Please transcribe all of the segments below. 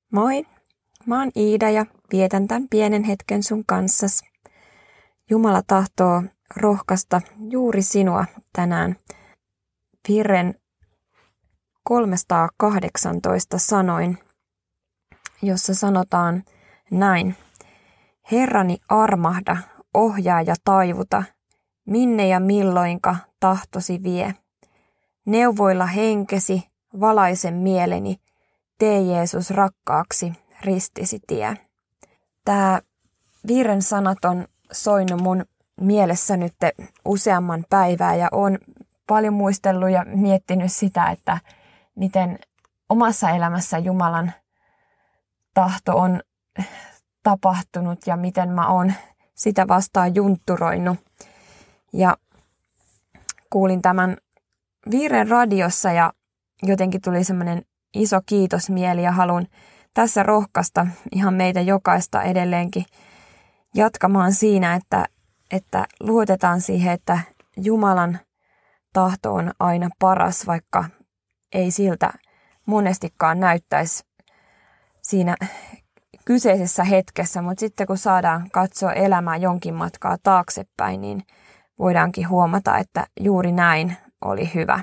Moi, mä oon Iida ja vietän tämän pienen hetken sun kanssas. Jumala tahtoo rohkaista juuri sinua tänään. Virren 318 sanoin, jossa sanotaan näin. Herrani armahda, ohjaa ja taivuta, minne ja milloinka tahtosi vie. Neuvoilla henkesi, valaisen mieleni, tee Jeesus rakkaaksi, ristisi tie. Tää virren sanat on soinut mun mielessä nyt useamman päivää ja oon paljon muistellut ja miettinyt sitä, että miten omassa elämässä Jumalan tahto on tapahtunut ja miten mä oon sitä vastaan juntturoinut. Ja kuulin tämän virren radiossa ja jotenkin tuli semmoinen iso kiitosmieli ja haluan tässä rohkaista ihan meitä jokaista edelleenkin jatkamaan siinä, että luotetaan siihen, että Jumalan tahto on aina paras, vaikka ei siltä monestikaan näyttäisi siinä kyseisessä hetkessä, mutta sitten kun saadaan katsoa elämää jonkin matkaa taaksepäin, niin voidaankin huomata, että juuri näin oli hyvä.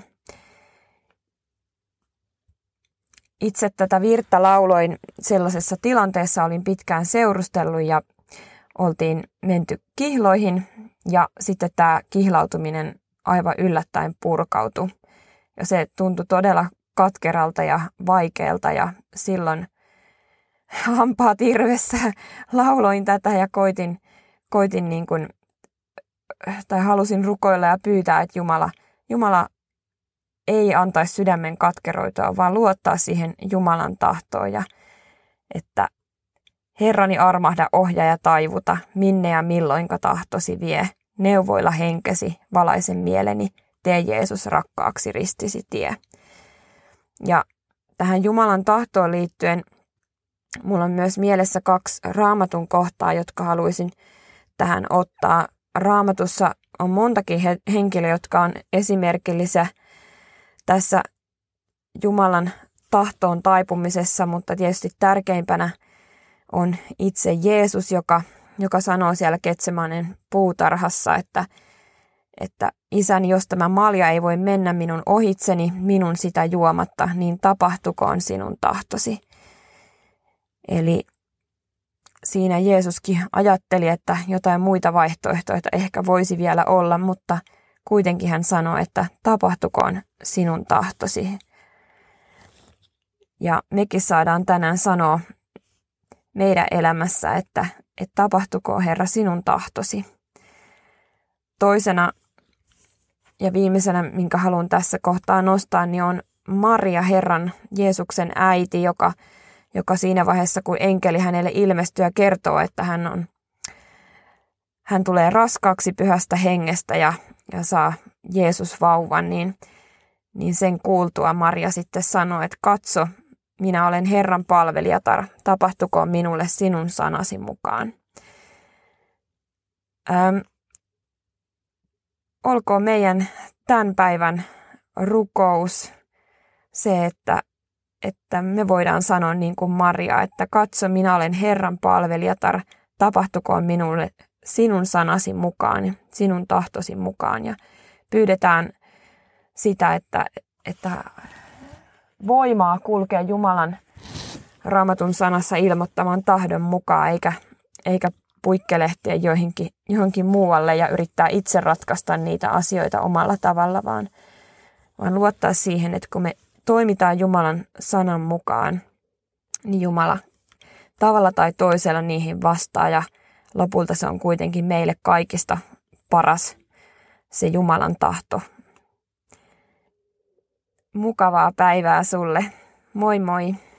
Itse tätä virttä lauloin sellaisessa tilanteessa, olin pitkään seurustellut ja oltiin menty kihloihin ja sitten tämä kihlautuminen aivan yllättäen purkautui. Ja se tuntui todella katkeralta ja vaikealta ja silloin hampaat irvessä lauloin tätä ja koitin niin kuin, tai halusin rukoilla ja pyytää, että Jumala ei antaisi sydämen katkeroitua, vaan luottaa siihen Jumalan tahtoon ja että Herrani armahda, ohjaa ja taivuta, minne ja milloinka tahtosi vie, neuvoilla henkesi, valaisen mieleni, tee Jeesus rakkaaksi, ristisi tie. Ja tähän Jumalan tahtoon liittyen mulla on myös mielessä 2 Raamatun kohtaa, jotka haluaisin tähän ottaa. Raamatussa on montakin henkilöä, jotka on esimerkillisiä tässä Jumalan tahtoon taipumisessa, mutta tietysti tärkeimpänä on itse Jeesus, joka sanoo siellä Getsemanen puutarhassa, että Isäni, jos tämä malja ei voi mennä minun ohitseni, minun sitä juomatta, niin tapahtukoon sinun tahtosi. Eli siinä Jeesuskin ajatteli, että jotain muita vaihtoehtoja ehkä voisi vielä olla, mutta kuitenkin hän sanoi, että tapahtukoon sinun tahtosi. Ja mekin saadaan tänään sanoa meidän elämässä, että tapahtukoon Herra sinun tahtosi. Toisena ja viimeisenä, minkä haluan tässä kohtaa nostaa, niin on Maria, Herran Jeesuksen äiti, joka siinä vaiheessa, kun enkeli hänelle ilmestyy ja kertoo, että hän tulee raskaaksi Pyhästä Hengestä ja saa Jeesus vauvan, niin sen kuultua Maria sitten sanoi, että katso, minä olen Herran palvelijatar, tapahtukoon minulle sinun sanasi mukaan. Olkoon meidän tämän päivän rukous se, että me voidaan sanoa niin kuin Maria, että katso, minä olen Herran palvelijatar, tapahtukoon minulle sinun sanasi mukaan, sinun tahtosi mukaan. Ja pyydetään sitä, että voimaa kulkea Jumalan Raamatun sanassa ilmoittaman tahdon mukaan, eikä puikkelehtiä johonkin muualle ja yrittää itse ratkaista niitä asioita omalla tavalla, vaan luottaa siihen, että kun me toimitaan Jumalan sanan mukaan, niin Jumala tavalla tai toisella niihin vastaa ja lopulta se on kuitenkin meille kaikista paras se Jumalan tahto. Mukavaa päivää sulle. Moi moi!